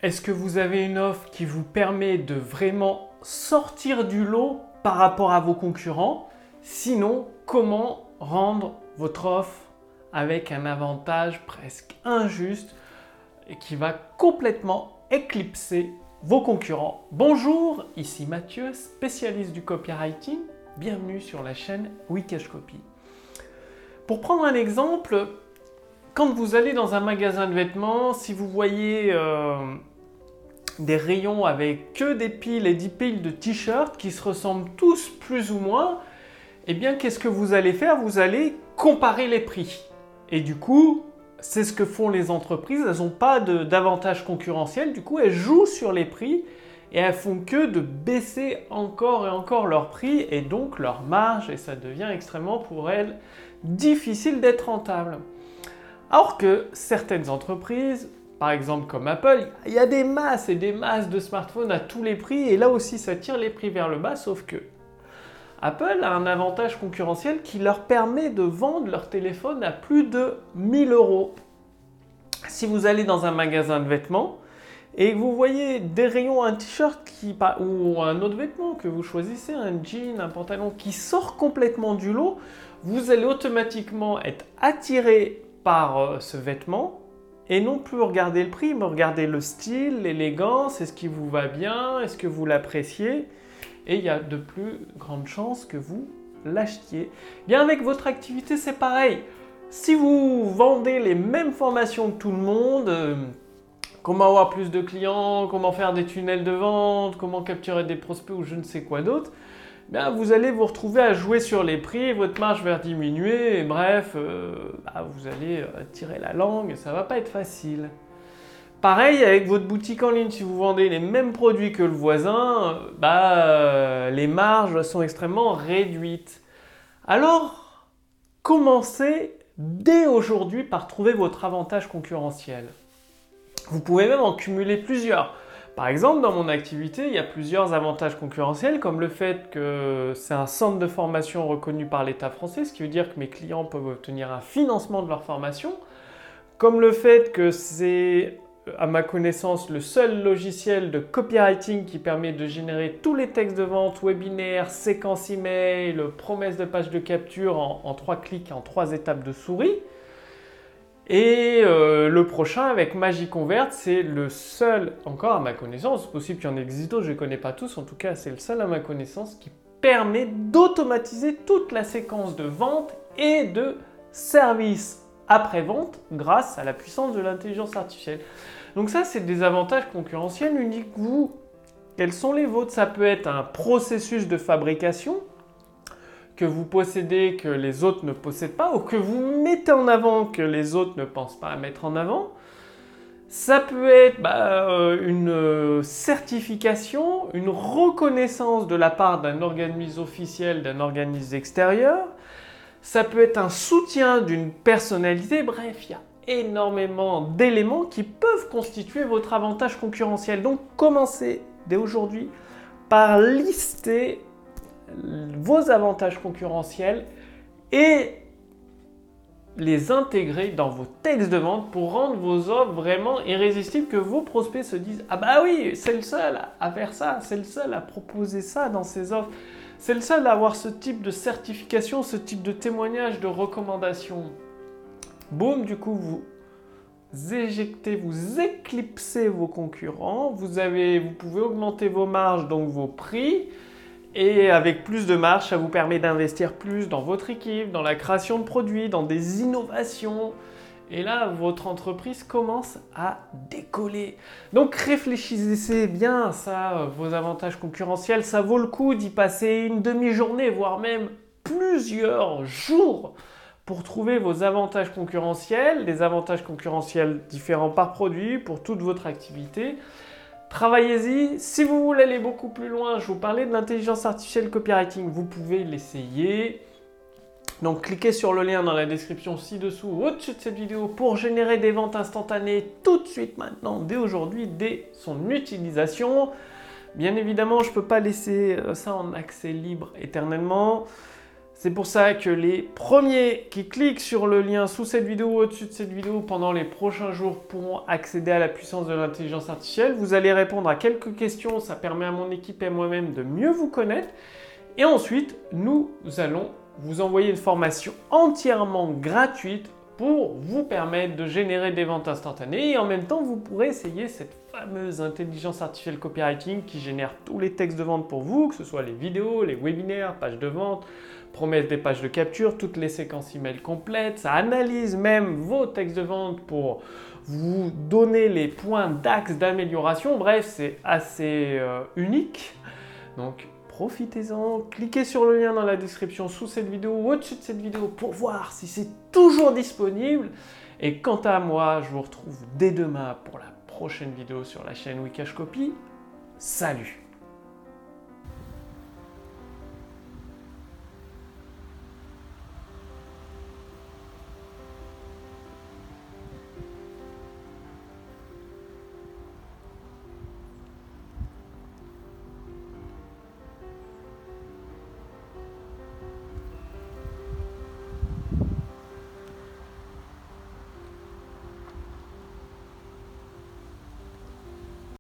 Est-ce que vous avez une offre qui vous permet de vraiment sortir du lot par rapport à vos concurrents? Sinon, comment rendre votre offre avec un avantage presque injuste et qui va complètement éclipser vos concurrents? Bonjour, ici Mathieu, spécialiste du copywriting. Bienvenue sur la chaîne Wikash Copy. Pour prendre un exemple, quand vous allez dans un magasin de vêtements, si vous voyez des rayons avec que des piles et 10 piles de t-shirts qui se ressemblent tous plus ou moins, eh bien qu'est-ce que vous allez faire? Vous allez comparer les prix. Et du coup, c'est ce que font les entreprises, elles n'ont pas d'avantage concurrentiel, du coup elles jouent sur les prix et elles font que de baisser encore et encore leurs prix et donc leur marge, et ça devient extrêmement pour elles difficile d'être rentable. Alors que certaines entreprises, par exemple comme Apple, il y a des masses et des masses de smartphones à tous les prix et là aussi ça tire les prix vers le bas, sauf que Apple a un avantage concurrentiel qui leur permet de vendre leur téléphone à plus de 1000 €. Si vous allez dans un magasin de vêtements et que vous voyez des rayons, un t-shirt ou un autre vêtement que vous choisissez, un jean, un pantalon qui sort complètement du lot, vous allez automatiquement être attiré par ce vêtement et non plus regarder le prix, mais regarder le style, l'élégance, est-ce qu'il vous va bien, est-ce que vous l'appréciez, et il y a de plus grandes chances que vous l'achetiez. Bien, avec votre activité, c'est pareil. Si vous vendez les mêmes formations que tout le monde, comment avoir plus de clients, comment faire des tunnels de vente, comment capturer des prospects ou je ne sais quoi d'autre, bien, vous allez vous retrouver à jouer sur les prix, votre marge va diminuer, et bref, vous allez tirer la langue et ça ne va pas être facile. Pareil avec votre boutique en ligne, si vous vendez les mêmes produits que le voisin, les marges sont extrêmement réduites. Alors, commencez dès aujourd'hui par trouver votre avantage concurrentiel. Vous pouvez même en cumuler plusieurs. Par exemple, dans mon activité, il y a plusieurs avantages concurrentiels, comme le fait que c'est un centre de formation reconnu par l'État français, ce qui veut dire que mes clients peuvent obtenir un financement de leur formation, comme le fait que c'est, à ma connaissance, le seul logiciel de copywriting qui permet de générer tous les textes de vente, webinaires, séquences email, promesses de page de capture en 3 clics, en 3 étapes de souris. Et le prochain avec Magiconvert, c'est le seul, encore à ma connaissance, c'est possible qu'il y en existe d'autres, je ne les connais pas tous, en tout cas c'est le seul à ma connaissance qui permet d'automatiser toute la séquence de vente et de service après-vente grâce à la puissance de l'intelligence artificielle. Donc ça, c'est des avantages concurrentiels uniques. Vous, quels sont les vôtres? Ça peut être un processus de fabrication que vous possédez, que les autres ne possèdent pas, ou que vous mettez en avant, que les autres ne pensent pas à mettre en avant. Ça peut être une certification, une reconnaissance de la part d'un organisme officiel, d'un organisme extérieur. Ça peut être un soutien d'une personnalité. Bref, il y a énormément d'éléments qui peuvent constituer votre avantage concurrentiel. Donc, commencez dès aujourd'hui par lister vos avantages concurrentiels et les intégrer dans vos textes de vente pour rendre vos offres vraiment irrésistibles, que vos prospects se disent « Ah bah oui, c'est le seul à faire ça, c'est le seul à proposer ça dans ses offres, c'est le seul à avoir ce type de certification, ce type de témoignage, de recommandation. » Boum, du coup, vous éjectez, vous éclipsez vos concurrents, vous pouvez augmenter vos marges, donc vos prix. Et avec plus de marge, ça vous permet d'investir plus dans votre équipe, dans la création de produits, dans des innovations. Et là, votre entreprise commence à décoller. Donc réfléchissez bien à ça, vos avantages concurrentiels. Ça vaut le coup d'y passer une demi-journée, voire même plusieurs jours pour trouver vos avantages concurrentiels, des avantages concurrentiels différents par produit pour toute votre activité. Travaillez-y. Si vous voulez aller beaucoup plus loin, je vous parlais de l'intelligence artificielle copywriting, vous pouvez l'essayer. Donc cliquez sur le lien dans la description ci-dessous ou au-dessus de cette vidéo pour générer des ventes instantanées tout de suite maintenant, dès aujourd'hui, dès son utilisation. Bien évidemment, je ne peux pas laisser ça en accès libre éternellement. C'est pour ça que les premiers qui cliquent sur le lien sous cette vidéo ou au-dessus de cette vidéo pendant les prochains jours pourront accéder à la puissance de l'intelligence artificielle. Vous allez répondre à quelques questions, ça permet à mon équipe et à moi-même de mieux vous connaître. Et ensuite, nous allons vous envoyer une formation entièrement gratuite pour vous permettre de générer des ventes instantanées. Et en même temps, vous pourrez essayer cette fameuse intelligence artificielle copywriting qui génère tous les textes de vente pour vous, que ce soit les vidéos, les webinaires, pages de vente, promesses des pages de capture, toutes les séquences email complètes. Ça analyse même vos textes de vente pour vous donner les points d'axe d'amélioration. Bref, c'est assez unique. Donc, profitez-en, cliquez sur le lien dans la description sous cette vidéo ou au-dessus de cette vidéo pour voir si c'est toujours disponible. Et quant à moi, je vous retrouve dès demain pour la prochaine vidéo sur la chaîne Wikash Copy. Salut!